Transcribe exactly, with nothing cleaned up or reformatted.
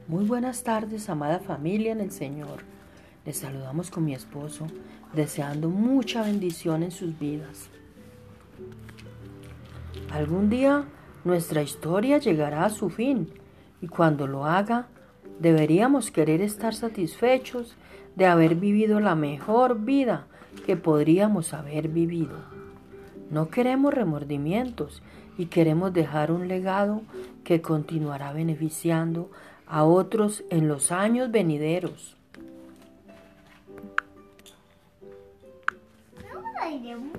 Muy buenas tardes, amada familia en el Señor. Les saludamos con mi esposo, deseando mucha bendición en sus vidas. Algún día nuestra historia llegará a su fin y cuando lo haga, deberíamos querer estar satisfechos de haber vivido la mejor vida que podríamos haber vivido. No queremos remordimientos y queremos dejar un legado que continuará beneficiando a otros en los años venideros.